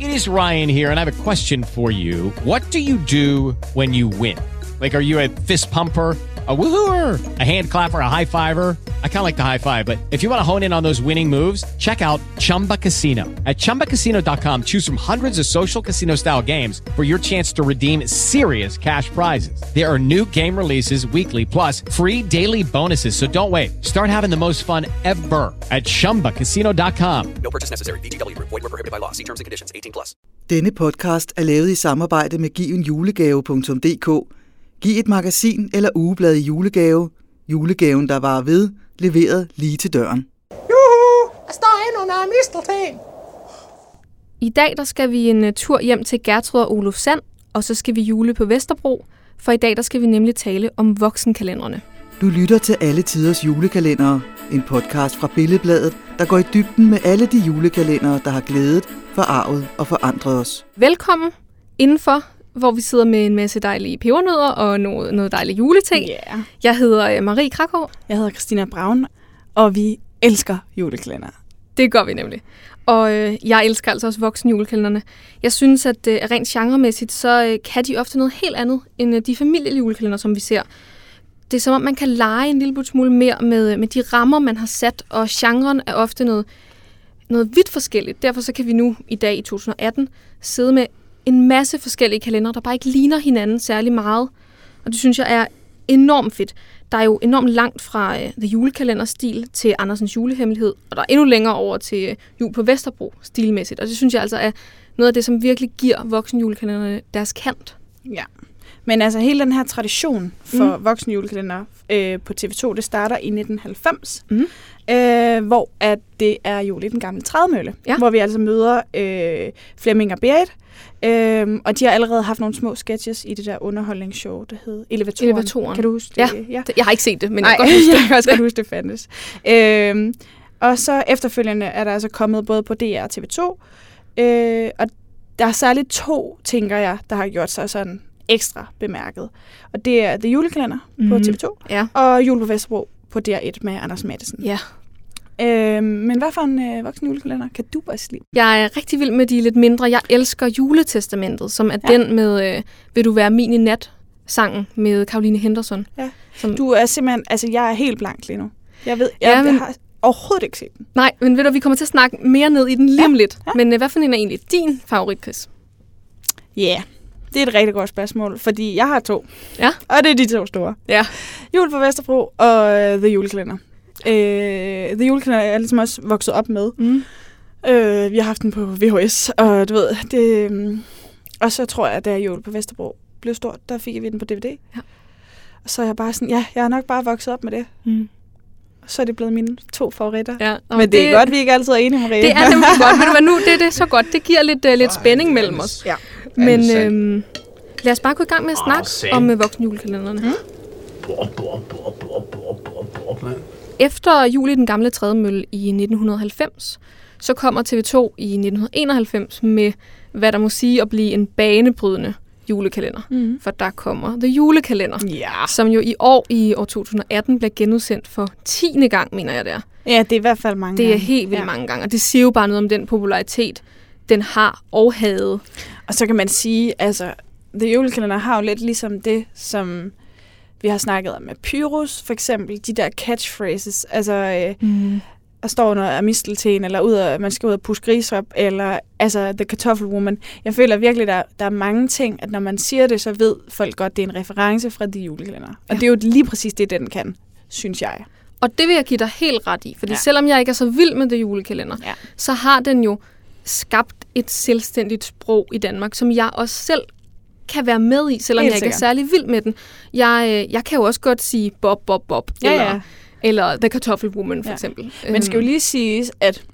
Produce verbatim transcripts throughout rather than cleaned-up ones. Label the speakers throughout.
Speaker 1: It is Ryan here, and I have a question for you. What do you do when you win? Like, are you a fist pumper, a woohooer, a hand clapper, a high fiver? I kind of like the high five, but if you want to hone in on those winning moves, check out Chumba Casino. At chumba casino dot com, choose from hundreds of social casino-style games for your chance to redeem serious cash prizes. There are new game releases weekly, plus free daily bonuses, so don't wait. Start having the most fun ever at chumba casino dot com.
Speaker 2: No purchase necessary. V G W Group. Void where prohibited by law. See terms and conditions. eighteen plus.
Speaker 3: Denne podcast er lavet i samarbejde med giv en julegave punktum d k. Giv et magasin eller ugeblad i julegave. Julegaven, der varer ved, leveret lige til døren.
Speaker 4: Juhu! Jeg står inde under mistelten.
Speaker 5: I dag der skal vi en uh, tur hjem til Gertrud og Olof Sand, og så skal vi jule på Vesterbro, for i dag der skal vi nemlig tale om voksenkalenderne.
Speaker 3: Du lytter til Alle Tiders Julekalendere, en podcast fra Billedbladet, der går i dybden med alle de julekalendere, der har glædet, forarvet og forandret os.
Speaker 5: Velkommen indenfor, hvor vi sidder med en masse dejlige pebernødder og noget, noget dejlig julete.
Speaker 6: Yeah.
Speaker 5: Jeg hedder Marie Krakov.
Speaker 6: Jeg hedder Christina Braun, og vi elsker julekalender.
Speaker 5: Det gør vi nemlig. Og øh, jeg elsker altså også voksenjulekalenderne. Jeg synes, at øh, rent genremæssigt, så øh, kan de ofte noget helt andet end øh, de familiejulekalender, som vi ser. Det er som om, man kan lege en lille smule mere med, med de rammer, man har sat, og genren er ofte noget, noget vidt forskelligt. Derfor så kan vi nu i dag i to tusind og atten sidde med en masse forskellige kalendere, der bare ikke ligner hinanden særlig meget. Og det synes jeg er enormt fedt. Der er jo enormt langt fra uh, The Julekalender-stil til Andersens Julehemmelighed, og der er endnu længere over til uh, Jul på Vesterbro stilmæssigt. Og det synes jeg altså er noget af det, som virkelig giver voksenjulekalenderne deres kant.
Speaker 6: Ja, men altså hele den her tradition for
Speaker 5: mm.
Speaker 6: voksenjulekalender øh, på T V to, det starter i nitten halvfems,
Speaker 5: Mm.
Speaker 6: øh, hvor at det er Jul i den gamle trædemølle,
Speaker 5: Ja.
Speaker 6: hvor vi altså møder øh, Flemming og Berit. Øhm, og de har allerede haft nogle små sketches i det der underholdningsshow, der hed Elevatoren.
Speaker 5: Elevatoren.
Speaker 6: Kan du huske det?
Speaker 5: Ja.
Speaker 6: ja.
Speaker 5: Jeg har ikke set det, men
Speaker 6: Nej,
Speaker 5: jeg kan godt huske det.
Speaker 6: jeg kan også godt huske, det fandtes. Øhm, og så efterfølgende er der altså kommet både på D R og T V to. Øh, og der er særligt to, tænker jeg, der har gjort sig sådan ekstra bemærket. Og det er The Julekalender mm-hmm. på T V to,
Speaker 5: Ja.
Speaker 6: og Jul på Vesterbro på D R et med Anders Matthesen.
Speaker 5: Ja.
Speaker 6: Øhm, men hvad for en øh, voksen julekalender kan du bare lide?
Speaker 5: Jeg er rigtig vild med de lidt mindre. Jeg elsker Juletestamentet, som er
Speaker 6: Ja.
Speaker 5: den med øh, Vil du være min i nat? Sangen med Caroline Henderson.
Speaker 6: Ja.
Speaker 5: Som,
Speaker 6: Du er simpelthen, altså jeg er helt blank lige nu. Jeg ved, jeg,
Speaker 5: Ja,
Speaker 6: ja,
Speaker 5: men-
Speaker 6: jeg har overhovedet ikke set den.
Speaker 5: Nej, men ved du, vi kommer til at snakke mere ned i den lige om
Speaker 6: Ja.
Speaker 5: lidt.
Speaker 6: Ja.
Speaker 5: Men øh, hvad for en er egentlig din favorit, Chris?
Speaker 6: Ja, yeah. Det er et rigtig godt spørgsmål, fordi jeg har to.
Speaker 5: Ja.
Speaker 6: Og det er de to store.
Speaker 5: Ja.
Speaker 6: Jul på Vesterbro og uh, The Julekalender. Uh, The Julekalender er jeg ligesom også vokset op med.
Speaker 5: Mm.
Speaker 6: Uh, vi har haft den på V H S, og du ved, det... Um, og så tror jeg, at da Jul på Vesterbro blev stort, der fik vi den på D V D.
Speaker 5: Ja.
Speaker 6: Og så er jeg bare sådan, ja, jeg er nok bare vokset op med det.
Speaker 5: Mm.
Speaker 6: Og så er det blevet mine to favoritter.
Speaker 5: Ja.
Speaker 6: Men det, det er godt, vi ikke altid er enige, Marie.
Speaker 5: Det er nemlig godt. Ved du hvad, nu det er det så godt. Det giver lidt, uh, lidt spænding mellem os.
Speaker 6: Ja.
Speaker 5: Men øhm, lad os bare gå i gang med at snakke
Speaker 7: sandt.
Speaker 5: om uh, voksenjulekalenderne.
Speaker 6: Mm.
Speaker 7: Bor, bor, bor, bor, bor, bor, bor, mand.
Speaker 5: Efter Jul i den gamle trædemølle i nitten halvfems, så kommer T V to i nitten enoghalvfems med, hvad der må sige at blive en banebrydende julekalender.
Speaker 6: Mm.
Speaker 5: For der kommer The Julekalender,
Speaker 6: Ja.
Speaker 5: som jo i år, i år to tusind og atten, bliver genudsendt for tiende gang, mener jeg det er.
Speaker 6: Ja, det er i hvert fald mange
Speaker 5: Det er
Speaker 6: gange.
Speaker 5: helt vildt
Speaker 6: Ja.
Speaker 5: mange gange, og det siger jo bare noget om den popularitet, den har og havde.
Speaker 6: Og så kan man sige, altså, The Julekalender har jo lidt ligesom det, som vi har snakket om med Pyrus, for eksempel, de der catchphrases, altså, øh,
Speaker 5: Mm.
Speaker 6: der står noget af mistelten, eller ud af, man skal ud og puske gris op, eller altså The Kartoffelwoman. Jeg føler virkelig, der, der er mange ting, at når man siger det, så ved folk godt, det er en reference fra The Julekalender. Og
Speaker 5: Ja.
Speaker 6: det er jo lige præcis det, den kan, synes jeg.
Speaker 5: Og det vil jeg give dig helt ret i, fordi
Speaker 6: Ja.
Speaker 5: ja. selvom jeg ikke er så vild med The Julekalender,
Speaker 6: Ja.
Speaker 5: så har den jo skabt et selvstændigt sprog i Danmark, som jeg også selv kan være med i, selvom
Speaker 6: Helt
Speaker 5: jeg ikke er
Speaker 6: sikkert.
Speaker 5: særlig vild med den. Jeg, øh, jeg kan jo også godt sige Bob, Bob, Bob,
Speaker 6: Ja,
Speaker 5: eller,
Speaker 6: ja.
Speaker 5: eller The Kartoffelwoman for
Speaker 6: Ja.
Speaker 5: eksempel.
Speaker 6: Men skal jo lige sige, at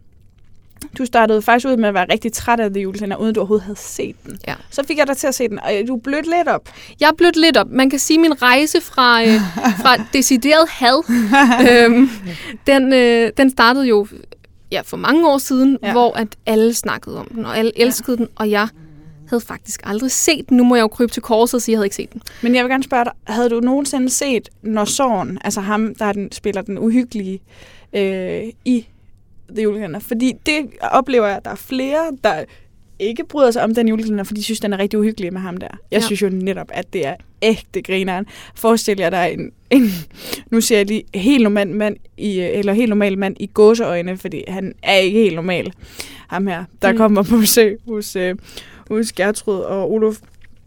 Speaker 6: du startede faktisk ud med at være rigtig træt af The Julekalender, uden du overhovedet havde set den.
Speaker 5: Ja.
Speaker 6: Så fik jeg dig til at se den, og du blødte lidt op.
Speaker 5: Jeg er blødt lidt op. Man kan sige, at min rejse fra, øh, fra decideret had, øhm, den, øh, den startede jo ja, for mange år siden,
Speaker 6: Ja.
Speaker 5: ja. hvor at alle snakkede om den, og alle elskede ja. den, og jeg havde faktisk aldrig set den. Nu må jeg jo krybe til korset og sige, at jeg havde ikke set den.
Speaker 6: Men jeg vil gerne spørge dig, havde du nogensinde set Når Sorgen, altså ham, der den, spiller den uhyggelige, øh, i The Julekalender? Fordi det oplever jeg, at der er flere, der ikke bryder sig om den julekalender, for de synes, den er rigtig uhyggelig med ham der. Jeg ja. synes jo netop, at det er ægte grineren. Forestil jer, der er en, en nu siger jeg lige, helt normal mand i, eller helt normal mand i gåseøjne, fordi han er ikke helt normal. Ham her, der mm. kommer på besøg hos, øh, hos Gertrud og Olof.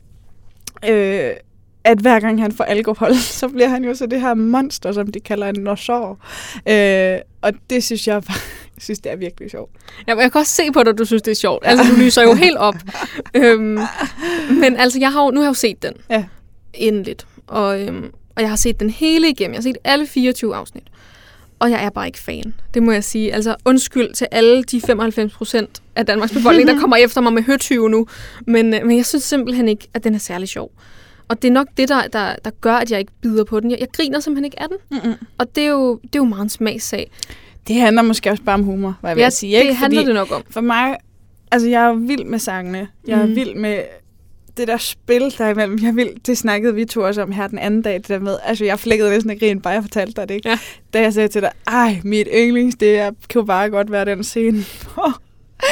Speaker 6: Øh, at hver gang han får alkohol, så bliver han jo så det her monster, som de kalder en nosor. Øh, og det synes jeg bare, jeg synes, det er virkelig sjovt.
Speaker 5: Ja, jeg kan også se på dig, du synes, det er sjovt. Altså, du lyser jo helt op. øhm, men altså, jeg har jo, nu har jeg jo set den.
Speaker 6: Ja.
Speaker 5: Endeligt. Og, øhm, og jeg har set den hele igennem. Jeg har set alle fireogtyve afsnit. Og jeg er bare ikke fan. Det må jeg sige. Altså, undskyld til alle de femoghalvfems procent af Danmarks befolkning, der kommer efter mig med høtyve nu. Men, men jeg synes simpelthen ikke, at den er særlig sjov. Og det er nok det, der, der, der gør, at jeg ikke bider på den. Jeg, jeg griner simpelthen ikke af den. Mm-mm. Og det er, jo, det er jo meget en smagssag.
Speaker 6: Det handler måske også bare om humor, hvad jeg vil
Speaker 5: ja,
Speaker 6: sige. Ikke?
Speaker 5: Det handler
Speaker 6: Fordi
Speaker 5: det nok om.
Speaker 6: For mig, altså jeg er vild med sangene. Jeg er mm. vild med det der spil, der er imellem. Jeg er vild, det snakkede vi to også om her den anden dag, det der med. Altså jeg flækkede næsten af grin, bare jeg fortalte dig det, ikke?
Speaker 5: Ja.
Speaker 6: Da jeg sagde til dig, ej, mit yndlings, det er, kan jo bare godt være den scene, hvor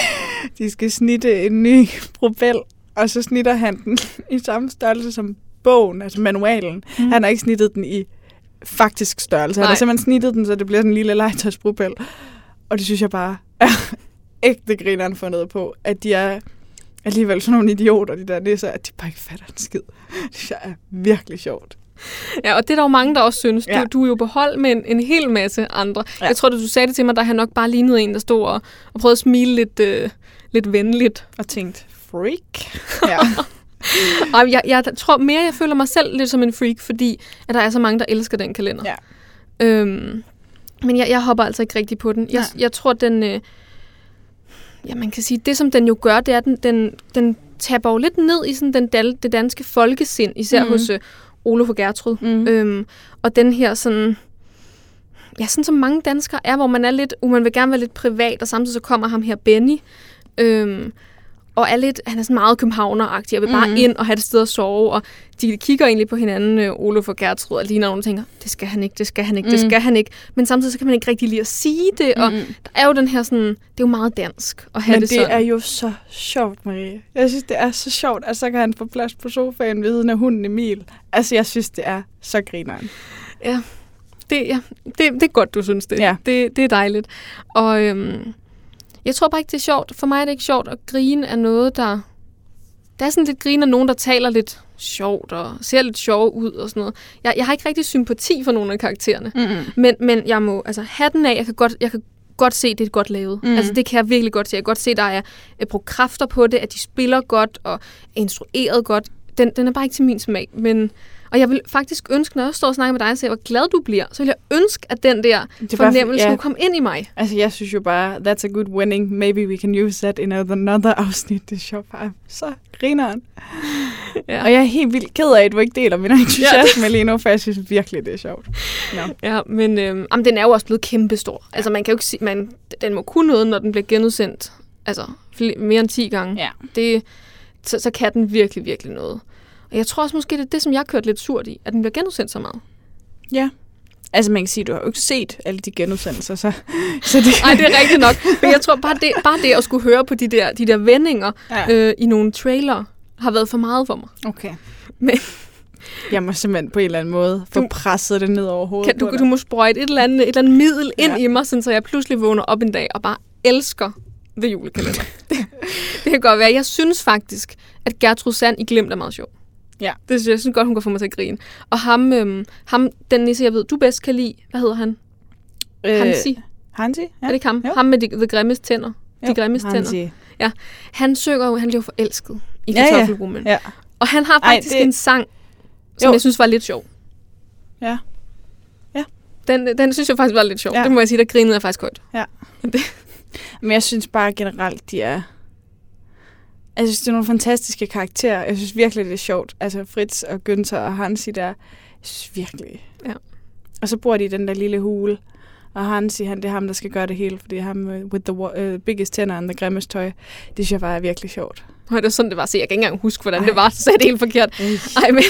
Speaker 6: de skal snitte en ny propel, og så snitter han den i samme størrelse som bogen, altså manualen. Mm. Han har ikke snittet den i faktisk størrelse. Han har simpelthen snittet den, så det bliver sådan en lille legetøjspropel. Og det synes jeg bare er ægte grineren fundet på, at de er alligevel sådan nogle idioter, de der nisser, at de bare ikke fatter en skid. Det synes jeg er virkelig sjovt.
Speaker 5: Ja, og det er der jo mange, der også synes.
Speaker 6: Ja.
Speaker 5: Du, du er jo på hold med en, en hel masse andre. Ja. Jeg tror, at du sagde det til mig, da han nok bare lignede en, der stod og, og prøvede at smile lidt, øh, lidt venligt.
Speaker 6: Og tænkte, freak. Ja.
Speaker 5: Og jeg, jeg tror mere, jeg føler mig selv lidt som en freak, fordi at der er så mange, der elsker den kalender.
Speaker 6: Ja.
Speaker 5: Øhm, men jeg, jeg hopper altså ikke rigtig på den. Jeg, jeg tror, den... Øh, ja, man kan sige, det som den jo gør, det er, at den, den, den taber jo lidt ned i sådan den dal, det danske folkesind, især mm. hos øh, Olof og Gertrud. Mm. Øhm, og den her sådan... Ja, sådan som mange danskere er, hvor man er lidt... Uh, man vil gerne være lidt privat, og samtidig så kommer ham her Benny. Øhm, og er lidt, han er sådan meget københavneragtig, og vil bare mm. ind og have et sted at sove, og de kigger egentlig på hinanden, øh, Olof og Gertrud, og ligner nogen, der tænker, det skal han ikke, det skal han ikke, mm. det skal han ikke. Men samtidig så kan man ikke rigtig lide at sige det, og mm. der er jo den her sådan, det er jo meget dansk at have
Speaker 6: Men
Speaker 5: det
Speaker 6: det
Speaker 5: sådan.
Speaker 6: er jo så sjovt, Marie. Jeg synes, det er så sjovt, at så kan han få plads på sofaen ved siden af hunden Emil. Altså, jeg synes, det er så grineren.
Speaker 5: Ja, det, ja. det, det er godt, du synes det.
Speaker 6: Ja.
Speaker 5: Det, det er dejligt. Og øhm, jeg tror bare ikke, det er sjovt. For mig er det ikke sjovt at grine af noget, der... Der er sådan lidt grin af nogen, der taler lidt sjovt og ser lidt sjov ud og sådan noget. Jeg, jeg har ikke rigtig sympati for nogle af karaktererne. Mm-hmm. Men, men jeg må altså have den af. Jeg kan godt, jeg kan godt se, det er godt lavet. Mm. Altså, det kan jeg virkelig godt se. Jeg kan godt se, der er et brugt kræfter på det, at de spiller godt og er instrueret godt. Den, den er bare ikke til min smag, men... Og jeg vil faktisk ønske, når jeg står og snakker med dig og ser, hvor glad du bliver, så vil jeg ønske, at den der fornemmelse skulle komme ind i mig.
Speaker 6: Altså, jeg synes jo bare, that's a good winning. Maybe we can use that in another afsnit. Det er sjovt bare. Så grineren. Ja. Og jeg er helt vildt ked af, at du ikke deler min entusiasme ja. lige nu, for jeg synes virkelig, det er sjovt. No.
Speaker 5: Ja, men øhm, jamen, den er jo også blevet kæmpestor. Altså, man kan jo ikke sige, man, den må kunne noget, når den bliver genudsendt. Altså, mere end ti gange.
Speaker 6: Ja.
Speaker 5: Det, så, så kan den virkelig, virkelig noget. Og jeg tror også måske, det er det, som jeg har kørt lidt surt i, at den bliver genudsendt så meget.
Speaker 6: Ja. Altså, man kan sige, at du har jo ikke set alle de genudsendelser, så... så det...
Speaker 5: Ej, det er rigtigt nok. Men jeg tror, bare det, bare det at skulle høre på de der, de der vendinger ja. øh, i nogle trailer, har været for meget for mig.
Speaker 6: Okay.
Speaker 5: Men...
Speaker 6: Jeg må simpelthen på en eller anden måde få du, presset det ned over hovedet.
Speaker 5: Kan, du, du må sprøjte et eller andet, et eller andet middel ind ja. i mig, sådan, så jeg pludselig vågner op en dag og bare elsker The Julekalender. det, det kan godt være. Jeg synes faktisk, at Gertrud Sand i Glimt er meget sjov.
Speaker 6: Ja.
Speaker 5: Det synes jeg, jeg synes godt, hun kan få mig til at grine. Og ham, øhm, ham den nisse, jeg ved, du bedst kan lide, hvad hedder han? Øh, Hansi.
Speaker 6: Hansi? Ja.
Speaker 5: Er det ikke ham? Jo. Ham med de, de grimmeste tænder.
Speaker 6: Jo.
Speaker 5: De grimmeste tænder. Ja. Han synger jo, han bliver forelsket i
Speaker 6: ja,
Speaker 5: Kartoffelrummen.
Speaker 6: Ja.
Speaker 5: Og han har faktisk Ej, det... en sang, som jo. jeg synes var lidt sjov.
Speaker 6: Ja. Ja.
Speaker 5: Den, den synes jeg faktisk var lidt sjov.
Speaker 6: Ja.
Speaker 5: Det må jeg sige, der grinede jeg faktisk højt.
Speaker 6: Ja. Men jeg synes bare generelt, de er... Jeg synes, det er nogle fantastiske karakterer. Jeg synes virkelig, det er sjovt. Altså Fritz og Günther og Hansi der. Jeg synes virkelig.
Speaker 5: Ja. Og
Speaker 6: så bor de i den der lille hule. Og Hansi, han, det er ham, der skal gøre det hele. For det er ham with the uh, biggest tænder and the grimmest tøj. Det synes jeg bare er virkelig sjovt.
Speaker 5: Og det var sådan, det var. Så jeg kan ikke engang huske, hvordan Ej. det var. Så sagde det helt forkert. Ej, Ej men...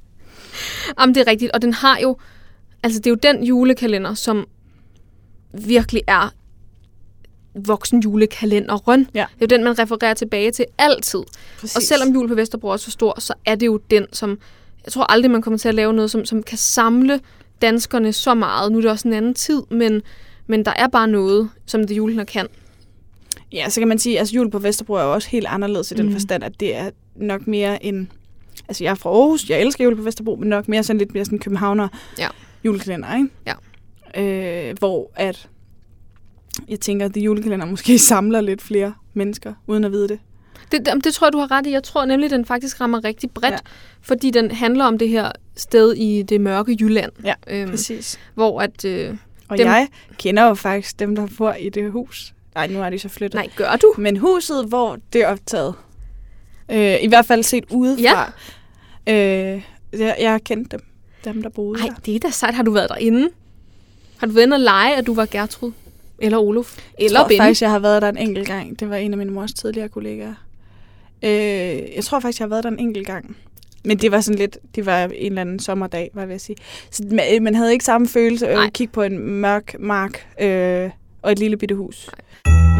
Speaker 5: Jamen, det er rigtigt. Og den har jo... Altså, det er jo den julekalender, som virkelig er voksenjulekalenderen.
Speaker 6: Ja.
Speaker 5: Det er jo den, man refererer tilbage til altid.
Speaker 6: Præcis.
Speaker 5: Og selvom Jul på Vesterbro er så stor, så er det jo den, som... Jeg tror aldrig, man kommer til at lave noget, som, som kan samle danskerne så meget. Nu er det også en anden tid, men, men der er bare noget, som det julen kan.
Speaker 6: Ja, så kan man sige, at altså, Jul på Vesterbro er jo også helt anderledes i den
Speaker 5: Mm.
Speaker 6: forstand, at det er nok mere en... Altså, jeg er fra Aarhus, jeg elsker Jul på Vesterbro, men nok mere sådan lidt mere sådan københavner
Speaker 5: Ja.
Speaker 6: julekalender, ikke?
Speaker 5: Ja.
Speaker 6: Øh, hvor at... Jeg tænker, at det julekalender måske samler lidt flere mennesker, uden at vide det.
Speaker 5: Det, det, det tror jeg, du har ret i. Jeg tror nemlig, at den faktisk rammer rigtig bredt,
Speaker 6: Ja.
Speaker 5: fordi den handler om det her sted i det mørke Jylland.
Speaker 6: Ja,
Speaker 5: øhm,
Speaker 6: præcis.
Speaker 5: Hvor at... Øh,
Speaker 6: Og
Speaker 5: dem-
Speaker 6: dem... jeg kender jo faktisk dem, der bor i det hus. Nej, nu er de så flyttet.
Speaker 5: nej, gør du?
Speaker 6: Men huset, hvor det er optaget. Øh, I hvert fald set udefra. Ja. Øh, jeg, jeg har kendt dem, dem der boede
Speaker 5: Nej,
Speaker 6: der.
Speaker 5: det er da sejt. Har du været derinde? Har du været inde og lege, at du var Gertrud? Eller Olof? Eller
Speaker 6: Jeg tror
Speaker 5: Benny?
Speaker 6: faktisk, jeg har været der en enkelt gang. Det var en af mine mors tidligere kollegaer. Øh, jeg tror faktisk, jeg har været der en enkelt gang. Men det var sådan lidt, det var en eller anden sommerdag, var jeg ved at sige. Så man, man havde ikke samme følelse af at kigge på en mørk mark øh, og et lille bitte hus.
Speaker 5: Nej.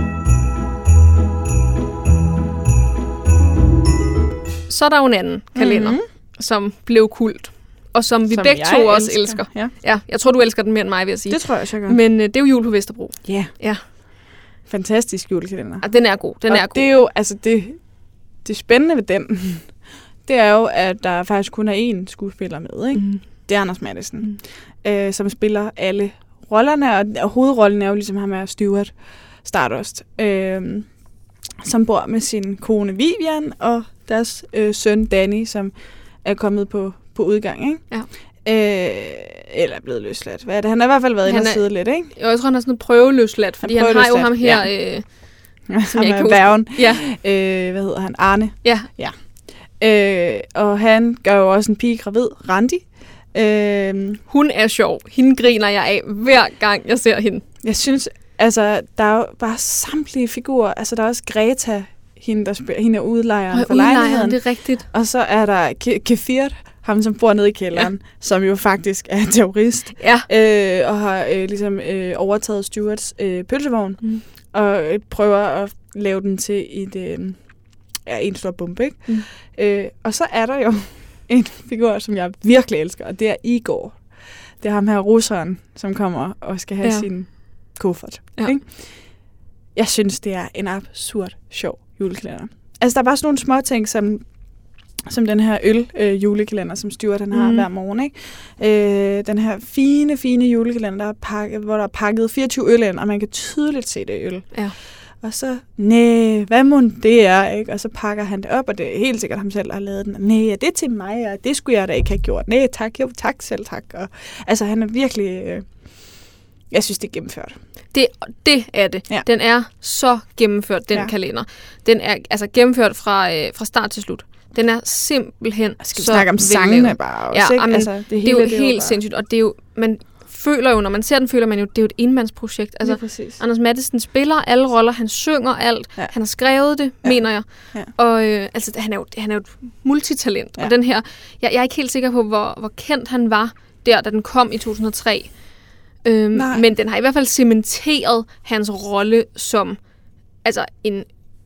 Speaker 5: Så er der jo en anden kalender,
Speaker 6: Mhm.
Speaker 5: som blev kult. Og som vi
Speaker 6: Som
Speaker 5: begge
Speaker 6: jeg
Speaker 5: to også elsker.
Speaker 6: Ja.
Speaker 5: Ja, jeg tror, du elsker den mere end mig, vil jeg sige.
Speaker 6: Det tror jeg også, jeg gør.
Speaker 5: Men øh, det er jo Jul på Vesterbro.
Speaker 6: Ja.
Speaker 5: Ja.
Speaker 6: Fantastisk julekalender.
Speaker 5: Og den er god. Den
Speaker 6: og
Speaker 5: er god.
Speaker 6: det er jo, altså det, det spændende ved den, det er jo, at der faktisk kun er én skuespiller med, ikke?
Speaker 5: Mm.
Speaker 6: Det er Anders Matthesen, mm. øh, som spiller alle rollerne, og, og hovedrollen er jo ligesom ham her Stuart Stardust, øh, som bor med sin kone Vivian og deres øh, søn Danny, som er kommet på, på udgang, ikke?
Speaker 5: Ja.
Speaker 6: Øh, eller er blevet løsladt. Hvad er det? Han har i hvert fald været inde og sidde lidt, ikke?
Speaker 5: Jo, jeg tror, han er sådan noget prøveløsladt, fordi han, han har jo ham her...
Speaker 6: Ja.
Speaker 5: Øh,
Speaker 6: Ja,
Speaker 5: som
Speaker 6: ham
Speaker 5: jeg
Speaker 6: er
Speaker 5: ikke husker.
Speaker 6: værgen.
Speaker 5: ja,
Speaker 6: Øh, hvad hedder han? Arne.
Speaker 5: ja.
Speaker 6: Ja. Øh, og han gør jo også en pige gravid, Randi. Øh,
Speaker 5: Hun er sjov. Hende griner jeg af, hver gang jeg ser hende.
Speaker 6: jeg synes, altså, der er jo bare samtlige figurer. Altså, der er også Greta, hende, der spiller, hende er udlejeren for lejligheden.
Speaker 5: det er rigtigt.
Speaker 6: Og så er der Ke- Kefir, ham som bor nede i kælderen, ja. som jo faktisk er terrorist.
Speaker 5: Ja.
Speaker 6: Øh, og har øh, ligesom øh, overtaget Stuarts øh, pølsevogn.
Speaker 5: Mm.
Speaker 6: Og øh, prøver at lave den til et, øh, ja, en stor bombe, ikke?
Speaker 5: Mm.
Speaker 6: Øh, og så er der jo en figur, som jeg virkelig elsker, og det er Igor. Det er ham her russeren, som kommer og skal have
Speaker 5: Ja.
Speaker 6: sin kuffert.
Speaker 5: Ja.
Speaker 6: Ikke? Jeg synes, det er en absurd sjov julekalender. Altså, der er bare sådan nogle små ting, som, som den her øl øh, julekalender, som Stuart han har
Speaker 5: Mm.
Speaker 6: hver morgen. Ikke? Øh, den her fine, fine julekalender, der er pakket, hvor der er pakket fireogtyve øl ind, og man kan tydeligt se det øl.
Speaker 5: Ja.
Speaker 6: Og så, næh, hvad må det er, ikke? Og så pakker han det op, og det er helt sikkert ham selv, der har lavet den. Næh, ja, det er til mig, og det skulle jeg da ikke have gjort. Næh, tak, jo, tak selv, tak. Og, altså, han er virkelig... Øh, jeg synes, det er gennemført.
Speaker 5: Det, det er det.
Speaker 6: Ja.
Speaker 5: Den er så gennemført, den
Speaker 6: Ja.
Speaker 5: ja. kalender. Den er altså gennemført fra, øh, fra start til slut. Den er simpelthen
Speaker 6: Skal vi
Speaker 5: så
Speaker 6: snakke om sangene
Speaker 5: vellavet.
Speaker 6: bare også,
Speaker 5: Ja,
Speaker 6: ikke?
Speaker 5: amen,
Speaker 6: Altså, det,
Speaker 5: Det er
Speaker 6: hele,
Speaker 5: jo
Speaker 6: det
Speaker 5: helt
Speaker 6: bare-
Speaker 5: sindssygt, og det er jo, man føler jo, når man ser den, føler man jo, det er jo et enmandsprojekt. Altså,
Speaker 6: Lige præcis.
Speaker 5: Anders Matthesen spiller alle roller, han synger alt,
Speaker 6: Ja.
Speaker 5: ja. han har skrevet det,
Speaker 6: Ja.
Speaker 5: ja. mener jeg.
Speaker 6: Ja.
Speaker 5: Og øh, altså, han er jo, han er jo et multitalent.
Speaker 6: Ja.
Speaker 5: Og den her, jeg, jeg er ikke helt sikker på, hvor, hvor kendt han var der, da den kom i to tusind og tre. Øhm,
Speaker 6: Nej.
Speaker 5: men den har i hvert fald cementeret hans rolle som altså en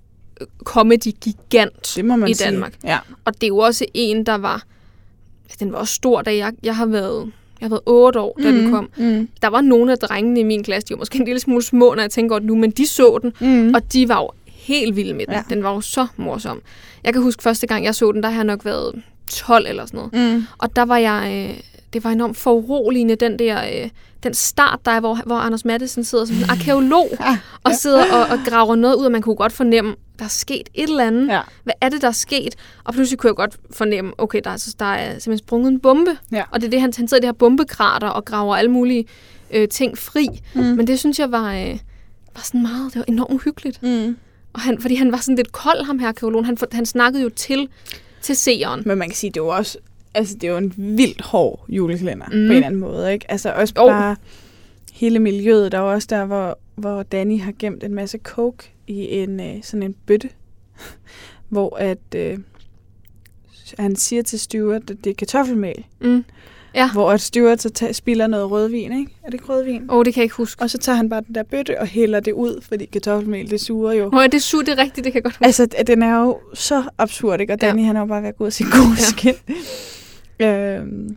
Speaker 5: comedy-gigant
Speaker 6: Det må man
Speaker 5: i
Speaker 6: sige.
Speaker 5: Danmark.
Speaker 6: Ja.
Speaker 5: Og det er jo også en, der var... Den var også stor, da jeg, jeg har været... Jeg har været otte år, da mm. den kom.
Speaker 6: Mm.
Speaker 5: Der var nogle af drengene i min klasse, de var måske en lille smule små, når jeg tænker godt nu, men de så den,
Speaker 6: Mm.
Speaker 5: og de var jo helt vilde med den.
Speaker 6: Ja.
Speaker 5: Ja. Den var jo så morsom. Jeg kan huske første gang, jeg så den, der har jeg nok været tolv eller sådan noget.
Speaker 6: Mm.
Speaker 5: Og der var jeg... Øh, det var enormt foruroligende, den der... Øh, den start, der er, hvor, hvor Anders Matthesen sidder som en arkeolog
Speaker 6: Ah,
Speaker 5: og
Speaker 6: ja.
Speaker 5: sidder og, og graver noget ud, og man kunne godt fornemme, der er sket et eller andet.
Speaker 6: Ja.
Speaker 5: Hvad er det, der er sket? Og pludselig kunne jeg godt fornemme, okay, der er, altså, der er simpelthen sprunget en bombe.
Speaker 6: Ja.
Speaker 5: Og det er det, han, han sidder i det her bombekrater og graver alle mulige øh, ting fri.
Speaker 6: Mm.
Speaker 5: Men det synes jeg var, øh, var sådan meget, det var enormt uhyggeligt.
Speaker 6: Mm.
Speaker 5: Og han, fordi han var sådan lidt kold, ham her arkeologen. Han, han snakkede jo til, til seeren.
Speaker 6: Men man kan sige, det er jo også... Altså, det er jo en vildt hård julekalender, mm. på en eller anden måde, ikke? Altså, også
Speaker 5: Jo.
Speaker 6: bare hele miljøet. Der er jo også der, hvor, hvor Danny har gemt en masse coke i en øh, sådan en bøtte, hvor at øh, han siger til Stuart, at det er kartoffelmel.
Speaker 5: Mm. Ja.
Speaker 6: Hvor at Stuart så tager, spiller noget rødvin, ikke? Er det ikke rødvin?
Speaker 5: Åh, oh, det kan jeg ikke huske.
Speaker 6: Og så tager han bare den der bøtte og hælder det ud, fordi kartoffelmel, det suger jo.
Speaker 5: Nå, ja, det er sur, det er rigtigt, det kan jeg godt huske.
Speaker 6: Altså, den er jo så absurd, ikke? Og Danny, ja. han er jo bare ved at gå ud af sin gode ja. skin. øhm,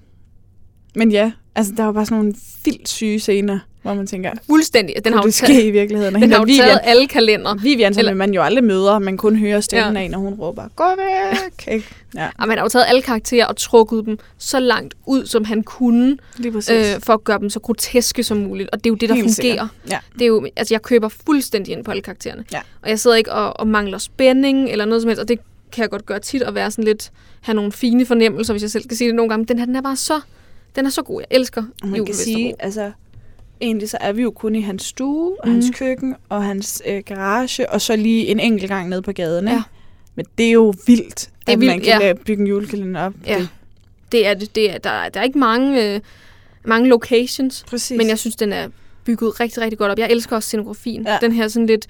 Speaker 6: men ja, altså, der var bare sådan nogle vildt syge scener, hvor man tænker,
Speaker 5: fuldstændig. Den har jo
Speaker 6: det ske i virkeligheden.
Speaker 5: Den har jo
Speaker 6: Vivian,
Speaker 5: taget alle kalendere.
Speaker 6: Vivian, som Eller... man jo aldrig møder, man kun hører stemmen
Speaker 5: ja.
Speaker 6: af, når hun råber, gå væk! Okay. Ja.
Speaker 5: Og man har jo taget alle karakterer og trukket dem så langt ud, som han kunne, øh, for at gøre dem så groteske som muligt. Og det er jo det, der Helt fungerer. Ja. Det er jo, altså, jeg køber fuldstændig ind på alle karaktererne. Ja. Og jeg sidder ikke og, og mangler spænding eller noget som helst, og det kan jeg godt gøre tit, at være sådan lidt, have nogle fine fornemmelser, hvis jeg selv skal sige det nogle gange. Den her, den er bare så, den er så god. Jeg elsker
Speaker 6: man kan sige, altså, egentlig så er vi jo kun i hans stue, og mm. hans køkken, og hans øh, garage, og så lige en enkelt gang nede på gaden. Ja. Men det er jo vildt, det er at vildt, man kan ja. bygge en julekalender op.
Speaker 5: Ja, det, det er det. det er, der, der er ikke mange, øh, mange locations,
Speaker 6: Præcis.
Speaker 5: Men jeg synes, den er bygget rigtig, rigtig godt op. Jeg elsker også scenografien. Ja. Den her sådan lidt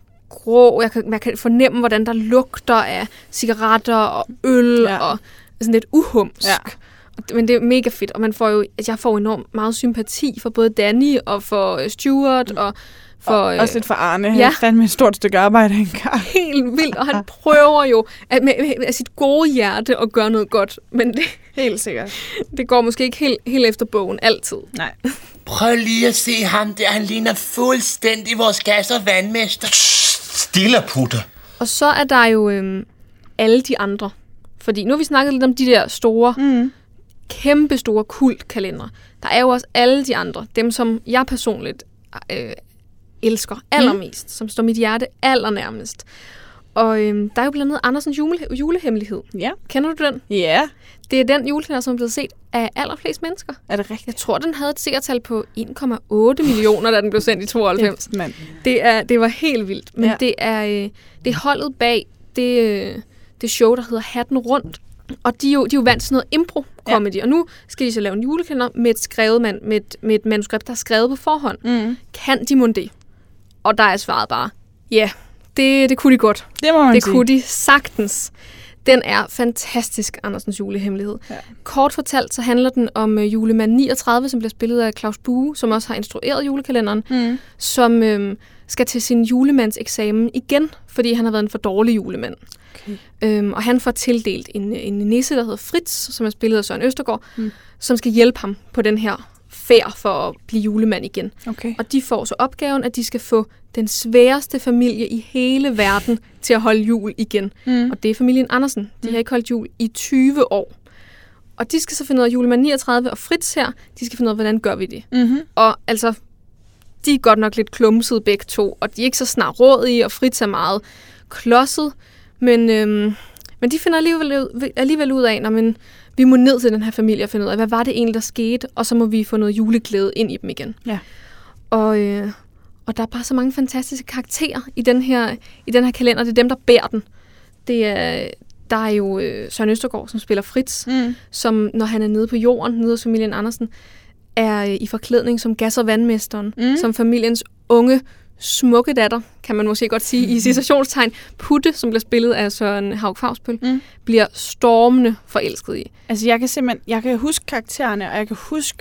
Speaker 5: grå, jeg kan, man kan fornemme, hvordan der lugter af cigaretter og øl, ja. og sådan lidt uhumsk. Ja. Men det er mega fedt, og man får jo, altså jeg får enormt meget sympati for både Danny og for Stuart og for...
Speaker 6: Og
Speaker 5: øh,
Speaker 6: også lidt for Arne. Han ja. fandme et stort stykke arbejde engang.
Speaker 5: Helt vildt, og han prøver jo at med, med, med sit gode hjerte at gøre noget godt, men det,
Speaker 6: helt sikkert.
Speaker 5: Det går måske ikke helt, helt efter bogen altid.
Speaker 6: Nej.
Speaker 8: Prøv lige at se ham der, han ligner fuldstændig vores gas- og vandmester. Stille, putter.
Speaker 5: Og så er der jo øhm, alle de andre. Fordi nu har vi snakket lidt om de der store... Mm. kæmpe store kultkalendere. Der er jo også alle de andre, dem som jeg personligt øh, elsker allermest, mm. som står mit hjerte allernærmest. Og øh, der er jo blandt andet Andersens jule, julehemmelighed.
Speaker 6: Ja.
Speaker 5: Kender du den?
Speaker 6: Ja.
Speaker 5: Det er den julekalender, som er blevet set af allerflest mennesker.
Speaker 6: Er det rigtigt?
Speaker 5: Jeg tror, den havde et seertal på en komma otte millioner, da den blev sendt i tooghalvfems.
Speaker 6: Ja,
Speaker 5: det, er, det var helt vildt. Men ja. det, er, øh, det er holdet bag det, øh, det show, der hedder Hatten Rundt. Og de er jo, de er jo vant til noget impro-comedy, ja. Og nu skal de så lave en julekalender med et, skrevet man, med et, med et manuskript, der er skrevet på forhånd. Mm. Kan de mon det? Og der er svaret bare, ja, yeah, det, det kunne de godt.
Speaker 6: Det må man
Speaker 5: Det
Speaker 6: sige.
Speaker 5: kunne de sagtens. Den er fantastisk, Andersens julehemmelighed. Ja. Kort fortalt, så handler den om uh, julemand niogtredive, som bliver spillet af Claus Bue, som også har instrueret julekalenderen, mm. som øhm, skal til sin julemandseksamen igen, fordi han har været en for dårlig julemand. Okay. Øhm, og han får tildelt en, en nisse, der hedder Fritz, som er spillet af Søren Østergaard, mm. som skal hjælpe ham på den her færd for at blive julemand igen.
Speaker 6: Okay.
Speaker 5: Og de får så opgaven, at de skal få den sværeste familie i hele verden til at holde jul igen. Mm. Og det er familien Andersen. De mm. har ikke holdt jul i tyve år. Og de skal så finde ud af, julemand niogtredive og Fritz her, de skal finde ud af, hvordan gør vi det. Mm-hmm. Og altså, de er godt nok lidt klumsede begge to, og de er ikke så snart rådige, og Fritz er meget klodset. Men, øhm, men de finder alligevel ud, alligevel ud af, når man, vi må ned til den her familie og finde ud af, hvad var det egentlig, der skete, og så må vi få noget juleglæde ind i dem igen.
Speaker 6: Ja.
Speaker 5: Og, øh, og der er bare så mange fantastiske karakterer i den her, i den her kalender. Det er dem, der bærer den. Det er, der er jo øh, Søren Østergaard, som spiller Fritz, mm. som når han er nede på jorden, nede hos familien Andersen, er øh, i forklædning som gas- og vandmesteren, mm. som familiens unge, smukke datter, kan man måske godt sige, i citationstegn, Putte, som bliver spillet af Søren Hauch-Fausbøll, mm. bliver stormende forelsket i.
Speaker 6: Altså, jeg kan simpelthen, jeg kan huske karaktererne, og jeg kan huske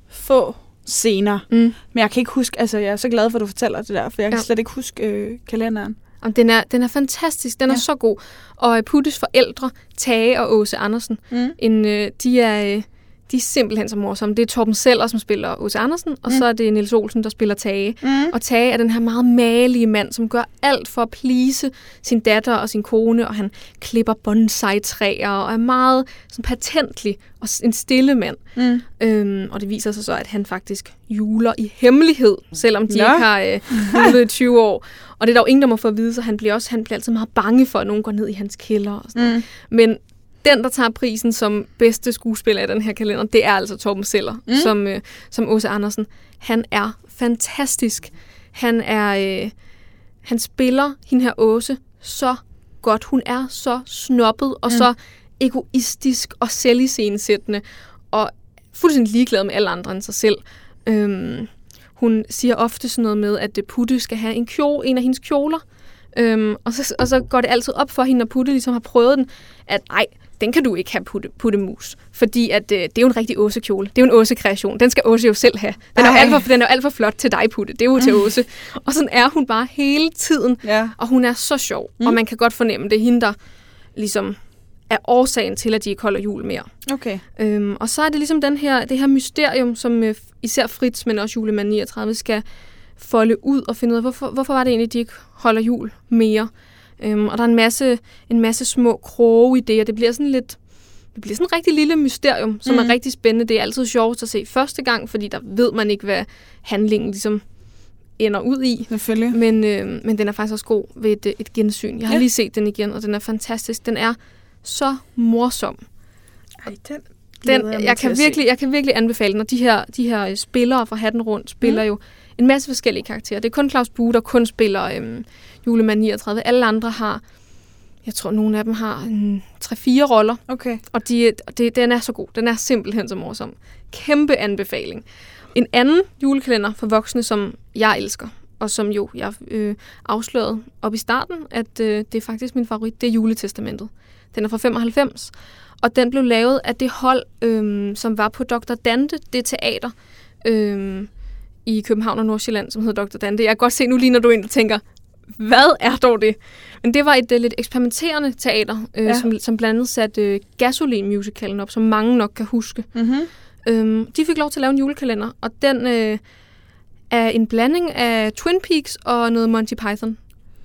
Speaker 6: få scener, mm. men jeg kan ikke huske, altså, jeg er så glad for, at du fortæller det der, for jeg kan ja. slet ikke huske øh, kalenderen.
Speaker 5: Og den er, den er fantastisk, den ja. er så god. Og Puttes forældre, Tage og Åse Andersen, mm. en, øh, de er... Øh, De er simpelthen så morsomme. Det er Torben Seller, som spiller Åse Andersen, og mm. så er det Niels Olsen, der spiller Tage. Mm. Og Tage er den her meget malige mand, som gør alt for at please sin datter og sin kone, og han klipper bonsai-træer, og er meget sådan patentlig og en stille mand. Mm. Øhm, og det viser sig så, at han faktisk juler i hemmelighed, selvom de ja. ikke har øh, julet i tyve år. Og det er der jo ingen, der må få at vide, så han bliver, også, han bliver altid meget bange for, at nogen går ned i hans kælder. Og sådan mm. Men den, der tager prisen som bedste skuespiller i den her kalender, det er altså Torben Seller, mm. som, øh, som Åse Andersen. Han er fantastisk. Han er, øh, han spiller hende her Åse så godt. Hun er så snobbet og mm. så egoistisk og selviscenesættende og fuldstændig ligeglad med alle andre end sig selv. Øhm, hun siger ofte sådan noget med, at Putte skal have en kjole, en af hendes kjoler. Øhm, og, så, og så går det altid op for hende, når Putte ligesom har prøvet den, at ej, den kan du ikke have putte, puttemus, fordi at, øh, det er jo en rigtig Åse-kjole. Det er jo en Åse-kreation. Den skal Åse jo selv have. Den er jo alt for, den er jo alt for flot til dig, Putte. Det er jo til Åse. Og sådan er hun bare hele tiden. Ja. Og hun er så sjov. Mm. Og man kan godt fornemme, det er hende, der ligesom er årsagen til, at de ikke holder jul mere.
Speaker 6: Okay.
Speaker 5: Øhm, og så er det ligesom den her, det her mysterium, som øh, især Fritz, men også Julemand niogtredive, skal folde ud og finde ud af, hvorfor, hvorfor var det egentlig, de ikke holder jul mere. Øhm, og der er en masse, en masse små kroge i det, og det bliver sådan lidt, det bliver sådan et rigtig lille mysterium, som mm. er rigtig spændende. Det er altid sjovt at se første gang, fordi der ved man ikke, hvad handlingen ligesom ender ud i.
Speaker 6: Selvfølgelig.
Speaker 5: Men, øh, men den er faktisk også god ved et, et gensyn. Jeg har ja. lige set den igen, og den er fantastisk. Den er så morsom.
Speaker 6: Ej, den,
Speaker 5: den jeg, jeg, kan virkelig, jeg kan virkelig anbefale den, og de her, de her spillere fra Hatten Rundt spiller mm. jo en masse forskellige karakterer. Det er kun Claus Bue, der kun spiller øhm, Julemand niogtredive. Alle andre har, jeg tror, nogle af dem har en, tre-fire roller.
Speaker 6: Okay.
Speaker 5: Og de, de, den er så god. Den er simpelthen så morsom. Kæmpe anbefaling. En anden julekalender for voksne, som jeg elsker, og som jo jeg øh, afslørede op i starten, at øh, det er faktisk min favorit, det er Juletestamentet. Den er fra femoghalvfems, og den blev lavet af det hold, øh, som var på doktor Dante, det teater, øh, i København og Nordsjælland, som hedder doktor Dante. Jeg kan godt se nu lige, når du ind og tænker, hvad er dog det? Men det var et uh, lidt eksperimenterende teater, øh, ja. som, som blandt andet satte uh, Gasolin-musicalen op, som mange nok kan huske. Mm-hmm. Øhm, de fik lov til at lave en julekalender, og den øh, er en blanding af Twin Peaks og noget Monty Python.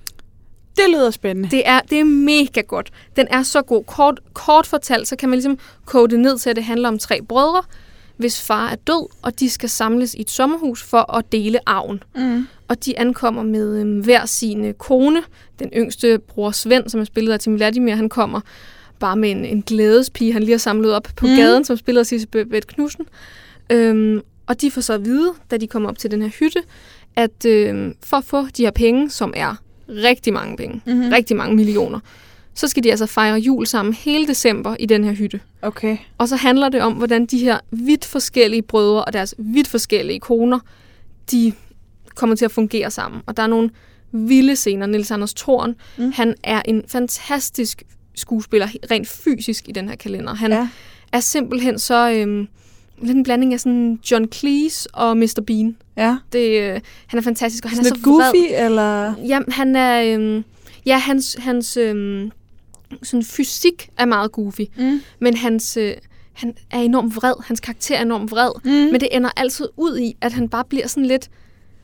Speaker 6: Det lyder spændende.
Speaker 5: Det er, det er mega godt. Den er så god. Kort, kort fortalt, så kan man ligesom kode det ned til, at det handler om tre brødre, hvis far er død, og de skal samles i et sommerhus for at dele arven. Mm. Og de ankommer med øhm, hver sin kone. Den yngste bror Svend, som er spillet af Tim Vladimir, han kommer bare med en, en glædespige, han lige har samlet op på mm. gaden, som spiller Sisse Beth Knudsen. Øhm, og de får så at vide, da de kommer op til den her hytte, at øhm, for at få de her penge, som er rigtig mange penge, mm-hmm. rigtig mange millioner, så skal de altså fejre jul sammen hele december i den her hytte.
Speaker 6: Okay.
Speaker 5: Og så handler det om, hvordan de her vidt forskellige brødre og deres vidt forskellige koner, de kommer til at fungere sammen. Og der er nogle vilde scener. Niels Anders Thorn, mm. han er en fantastisk skuespiller, rent fysisk i den her kalender. Han ja. er simpelthen så øhm, lidt en blanding af sådan John Cleese og mister Bean. Ja. Det, øh, han er fantastisk, og han
Speaker 6: sådan
Speaker 5: er så
Speaker 6: goofy,
Speaker 5: vred.
Speaker 6: eller?
Speaker 5: Ja, han er... Øhm, ja, hans, hans øhm, sådan fysik er meget goofy, mm. men hans... Øh, han er enormt vred. Hans karakter er enormt vred. Mm. Men det ender altid ud i, at han bare bliver sådan lidt...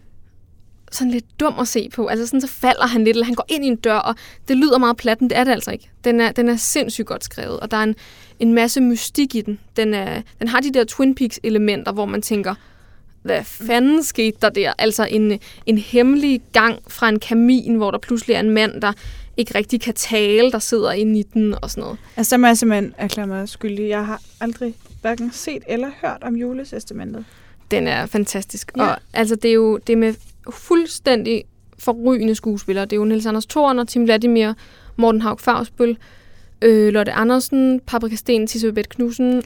Speaker 5: sådan lidt dum at se på. Altså sådan, så falder han lidt, eller han går ind i en dør, og det lyder meget plat, men det er det altså ikke. Den er, den er sindssygt godt skrevet, og der er en, en masse mystik i den. Den, er, den har de der Twin Peaks-elementer, hvor man tænker, hvad fanden skete der der? Altså en, en hemmelig gang fra en kamin, hvor der pludselig er en mand, der ikke rigtig kan tale, der sidder inde i den, og sådan noget.
Speaker 6: Altså, der må jeg simpelthen erklære mig skyldig. Jeg har aldrig hverken set eller hørt om Juletestamentet.
Speaker 5: Den er fantastisk. Ja. Og altså, det er jo det er med fuldstændig forrygende skuespillere. Det er jo Niels Anders Thorn og Tim Vladimir, Morten Haug-Fausbøll, øh, Lotte Andersen, Paprika Steen, Sisse Beth Knudsen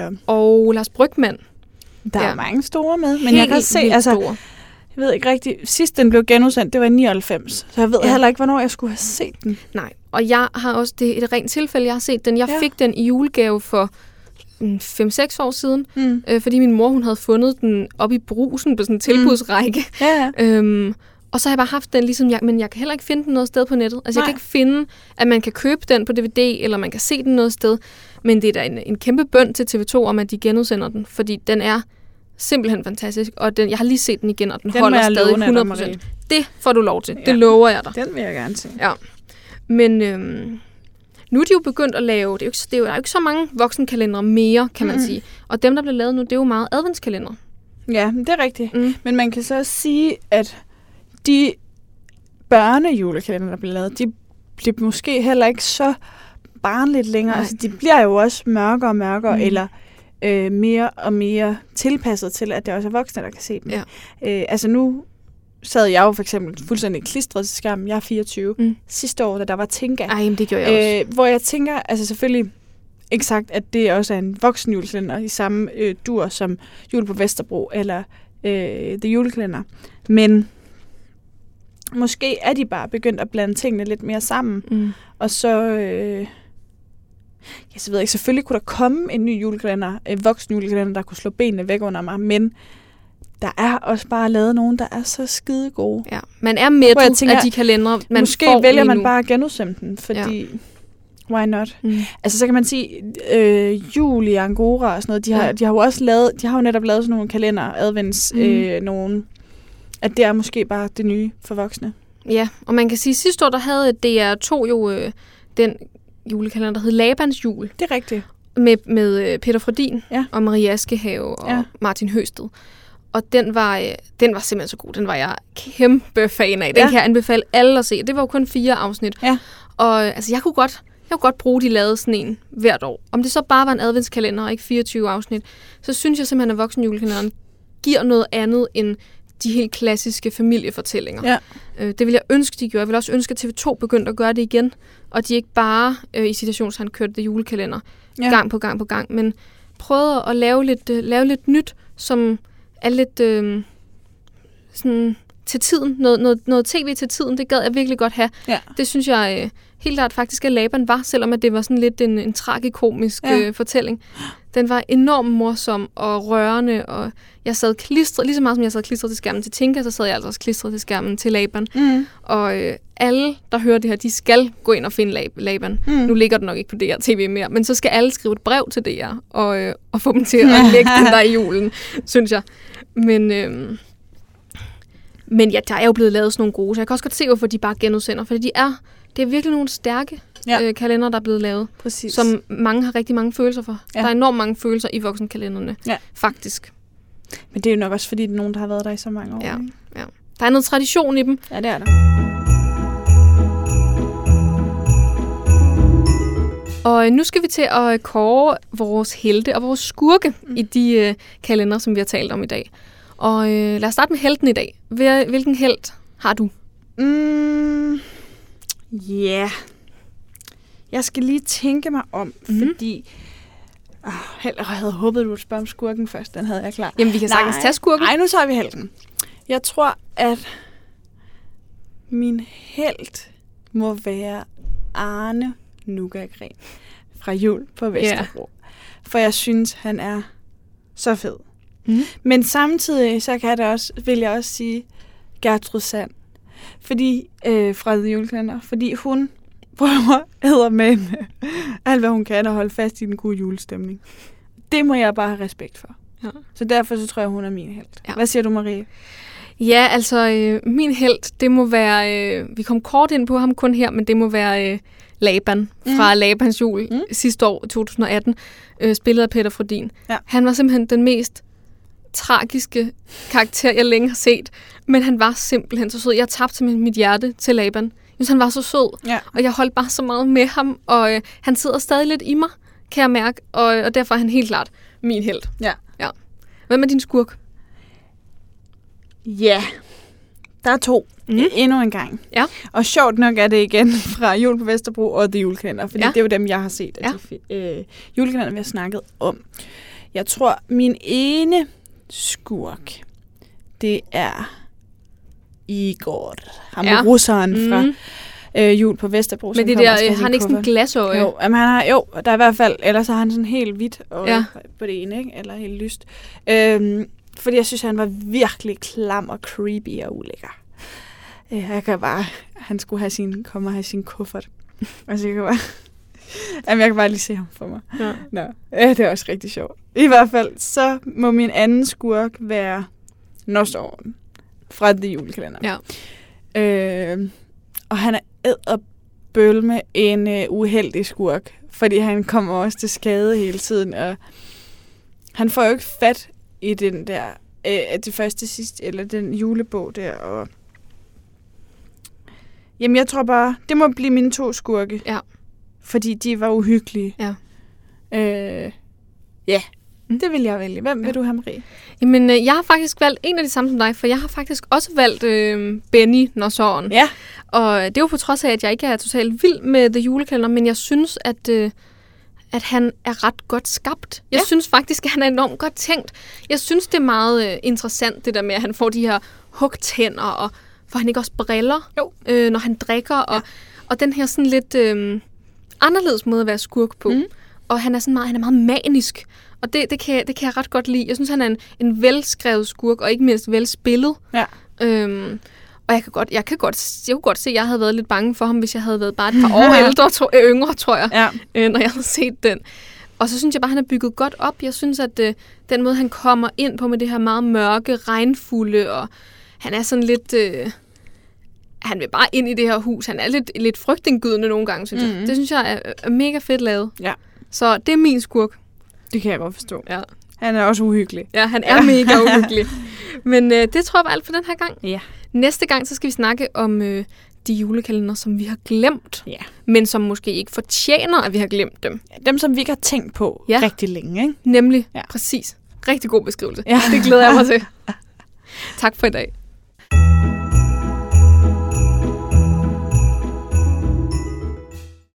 Speaker 5: og Lars Brygmann.
Speaker 6: Der er ja. mange store med, men Helt jeg kan se, altså, store. Jeg ved ikke rigtigt, sidst den blev genudsendt, det var i nioghalvfems, så jeg ved ja. heller ikke, hvornår jeg skulle have set den.
Speaker 5: Nej, og jeg har også, det er et rent tilfælde, jeg har set den. Jeg ja. fik den i julegave for fem seks år siden, mm. øh, fordi min mor, hun havde fundet den op i Brugsen på sådan en tilbudsrække. Mm. Ja, ja. Øhm, og så har jeg bare haft den ligesom, jeg, men jeg kan heller ikke finde den noget sted på nettet. Altså Nej. jeg kan ikke finde, at man kan købe den på D V D, eller man kan se den noget sted. Men det er da en, en kæmpe bøn til T V to om, at de genudsender den, fordi den er simpelthen fantastisk, og den, jeg har lige set den igen, og den, den holder stadig hundrede procent. Det får du lov til, ja. det lover jeg dig.
Speaker 6: Den vil jeg gerne se.
Speaker 5: Ja. Men øhm, nu er de jo begyndt at lave, det er jo ikke, det er jo, der er jo ikke så mange voksenkalendere mere, kan man mm. sige. Og dem, der bliver lavet nu, det er jo meget adventskalender.
Speaker 6: Ja, det er rigtigt. Mm. Men man kan så også sige, at de børnejulekalender, der bliver lavet, de bliver måske heller ikke så barnligt længere. Altså, de bliver jo også mørkere og mørkere, mm. eller øh, mere og mere tilpasset til, at det også er voksne, der kan se dem. Ja. Øh, altså nu sad jeg jo for eksempel fuldstændig klistret til skærmen. Jeg er fireogtyve. Mm. Sidste år, da der var Tinka.
Speaker 5: Ej, men det gjorde jeg også.
Speaker 6: Øh, hvor jeg tænker, altså selvfølgelig ikke sagt, at det også er en voksenjulekalender i samme øh, dur som Jul på Vesterbro eller øh, The Julekalender. Men måske er de bare begyndt at blande tingene lidt mere sammen. Mm. Og så... Øh, jeg ved ikke, selvfølgelig kunne der komme en ny julekalender, en voksen julekalender, der kunne slå benene væk under mig, men der er også bare lavet nogen, der er så skide gode.
Speaker 5: Ja, man er mættet af de kalendere, man
Speaker 6: måske
Speaker 5: får
Speaker 6: vælger man
Speaker 5: nu.
Speaker 6: bare at genudsende den, fordi ja. Why not?
Speaker 5: Mm.
Speaker 6: Altså så kan man sige, øh, jul i Angora og sådan noget, de har, ja. de har jo også lavet, de har jo netop lavet sådan nogle kalender, advents, mm. øh, nogen, at det er måske bare det nye for voksne.
Speaker 5: Ja, og man kan sige, at sidste år, der havde D R to jo øh, den julekalender, der hed Labans Jul.
Speaker 6: Det er rigtigt.
Speaker 5: Med, med Peter Frodin
Speaker 6: ja.
Speaker 5: og Marie Askehave og ja. Martin Høsted. Og den var, øh, den var simpelthen så god. Den var jeg kæmpe fan af. Den ja. kan jeg anbefale alle at se. Det var jo kun fire afsnit.
Speaker 6: Ja.
Speaker 5: Og altså, jeg kunne godt... Jeg kunne godt bruge, de lavede sådan en hvert år. Om det så bare var en adventskalender og ikke fireogtyve afsnit, så synes jeg simpelthen, at voksenjulekalenderen giver noget andet end de helt klassiske familiefortællinger.
Speaker 6: Ja.
Speaker 5: Øh, det vil jeg ønske, de gjorde. Jeg vil også ønske, at T V to begyndte at gøre det igen, og de ikke bare øh, i citationstegn kørte det julekalender ja. gang på gang på gang, men prøvede at lave lidt, øh, lave lidt nyt, som er lidt øh, sådan til tiden. Noget, noget, noget tv til tiden, det gad jeg virkelig godt have. Ja. Det synes jeg... Øh, helt klart faktisk, at Laban var, selvom at det var sådan lidt en, en tragikomisk ja. øh, fortælling. Den var enormt morsom og rørende, og jeg sad klistret, lige så meget som jeg sad klistret til skærmen til Tinka, så sad jeg altså også klistret til skærmen til Laban. Mm. Og øh, alle, der hører det her, de skal gå ind og finde Lab- Laban. Mm. Nu ligger den nok ikke på D R T V mere, men så skal alle skrive et brev til D R, og, øh, og få dem til at lægge den der i julen, synes jeg. Men... Øh, men ja, der er jo blevet lavet sådan nogle gode, så jeg kan også godt se, hvorfor de bare genudsender, fordi de er... Det er virkelig nogle stærke ja. øh, kalender, der er blevet lavet,
Speaker 6: præcis.
Speaker 5: Som mange har rigtig mange følelser for. Ja. Der er enormt mange følelser i voksenkalenderne,
Speaker 6: ja.
Speaker 5: faktisk.
Speaker 6: Men det er jo nok også, fordi det er nogen, der har været der i så mange år.
Speaker 5: Ja. Ja. Der er noget tradition i dem.
Speaker 6: Ja, det er der.
Speaker 5: Og nu skal vi til at kåre vores helte og vores skurke mm. i de øh, kalender, som vi har talt om i dag. Og øh, lad os starte med helten i dag. Hvilken helt har du?
Speaker 6: Mm. Ja, yeah. Jeg skal lige tænke mig om, mm. fordi oh, jeg havde håbet, du ville spørge om skurken først. Den havde jeg klar.
Speaker 5: Jamen, vi kan
Speaker 6: Nej.
Speaker 5: sagtens tage skurken.
Speaker 6: Nej, nu tager vi helten. Jeg tror, at min helt må være Arne Nuggagren fra Jul på Vesterbro. Yeah. For jeg synes, han er så fed. Mm. Men samtidig så kan det også, vil jeg også sige Gertrud Sand. Fordi, øh, fra The Julekalender, fordi hun prøver æder med alt, hvad hun kan, at holde fast i den gode julestemning. Det må jeg bare have respekt for. Ja. Så derfor så tror jeg, hun er min helt. Ja. Hvad siger du, Marie?
Speaker 5: Ja, altså, øh, min helt, det må være, øh, vi kom kort ind på ham kun her, men det må være øh, Laban fra mm. Labans Jul mm. sidste år, to tusind atten, øh, spillet af Peter Frodin. Ja. Han var simpelthen den mest tragiske karakter, jeg længe har set. Men han var simpelthen så sød. Jeg tabte simpelthen mit hjerte til Laban. Jeg synes, han var så sød. Ja. Og jeg holdt bare så meget med ham. Og øh, han sidder stadig lidt i mig, kan jeg mærke. Og, og derfor er han helt klart min helt.
Speaker 6: Ja.
Speaker 5: Ja. Hvad med din skurk?
Speaker 6: Ja. Der er to. Mm. Endnu en gang.
Speaker 5: Ja.
Speaker 6: Og sjovt nok er det igen fra Jul på Vesterbro og The Julekalender. Fordi ja. det er jo dem, jeg har set.
Speaker 5: Ja.
Speaker 6: De øh, julekalender, vi har snakket om. Jeg tror, min ene skurk, det er Igor. Ham ja. russeren mm. fra øh, Jul på Vesterbro.
Speaker 5: Men det der, har han ikke sådan en glasøje?
Speaker 6: Jo, jamen, han har, jo, der er i hvert fald, ellers har han sådan helt hvidt øje ja. på det ene, ikke? Eller helt lyst. Øhm, fordi jeg synes, han var virkelig klam og creepy og ulækker. Jeg kan bare, han skulle have sin, komme og have sin kuffert. Altså, jeg kan bare... Jamen, jeg kan bare lige se ham for mig. Ja. Nå, ja, det er også rigtig sjovt. I hvert fald, så må min anden skurk være Nostorm fra The Julekalender.
Speaker 5: Ja.
Speaker 6: Øh, og han er edderbøl med en uh, uheldig skurk, fordi han kommer også til skade hele tiden, og han får jo ikke fat i den der, øh, det første sidste, eller den julebog der, og jamen, jeg tror bare, det må blive mine to skurke.
Speaker 5: Ja.
Speaker 6: Fordi de var uhyggelige.
Speaker 5: Ja.
Speaker 6: Øh, ja, det vil jeg vælge. Hvem ja. vil du have, Marie?
Speaker 5: Jamen, jeg har faktisk valgt en af de samme som dig, for jeg har faktisk også valgt øh, Benny Norsåren.
Speaker 6: Ja.
Speaker 5: Og det er jo på trods af, at jeg ikke er totalt vild med The Julekalender, men jeg synes, at, øh, at han er ret godt skabt. Jeg ja. synes faktisk, at han er enormt godt tænkt. Jeg synes, det er meget øh, interessant, det der med, at han får de her hugtænder, og får han ikke også briller,
Speaker 6: jo.
Speaker 5: Øh, når han drikker, og, ja. og den her sådan lidt... Øh, anderledes måde at være skurk på. Mm. og han er sådan meget, han er meget manisk. Og det, det, kan, det kan jeg ret godt lide. Jeg synes, han er en, en velskrevet skurk, og ikke mindst velspillet.
Speaker 6: Ja.
Speaker 5: Øhm, og jeg kan, godt, jeg, kan godt, jeg kunne godt se, at jeg havde været lidt bange for ham, hvis jeg havde været bare et par år ældre, to, yngre, tror jeg,
Speaker 6: ja.
Speaker 5: øh, når jeg havde set den. Og så synes jeg bare, at han er bygget godt op. Jeg synes, at øh, den måde, han kommer ind på med det her meget mørke, regnfulde, og han er sådan lidt... Øh, han vil bare ind i det her hus. Han er lidt, lidt frygtindgydende nogle gange, synes mm-hmm. jeg. Det synes jeg er, er mega fedt lavet.
Speaker 6: Ja.
Speaker 5: Så det er min skurk.
Speaker 6: Det kan jeg godt forstå.
Speaker 5: Ja.
Speaker 6: Han er også uhyggelig.
Speaker 5: Ja, han er mega uhyggelig. Men øh, det tror jeg var alt for den her gang.
Speaker 6: Ja.
Speaker 5: Næste gang, så skal vi snakke om øh, de julekalender, som vi har glemt.
Speaker 6: Ja.
Speaker 5: Men som måske ikke fortjener, at vi har glemt dem.
Speaker 6: Dem, som vi ikke har tænkt på ja. rigtig længe, ikke?
Speaker 5: Nemlig.
Speaker 6: Ja.
Speaker 5: Præcis. Rigtig god beskrivelse.
Speaker 6: Ja.
Speaker 5: Det glæder jeg mig til. Tak for i dag.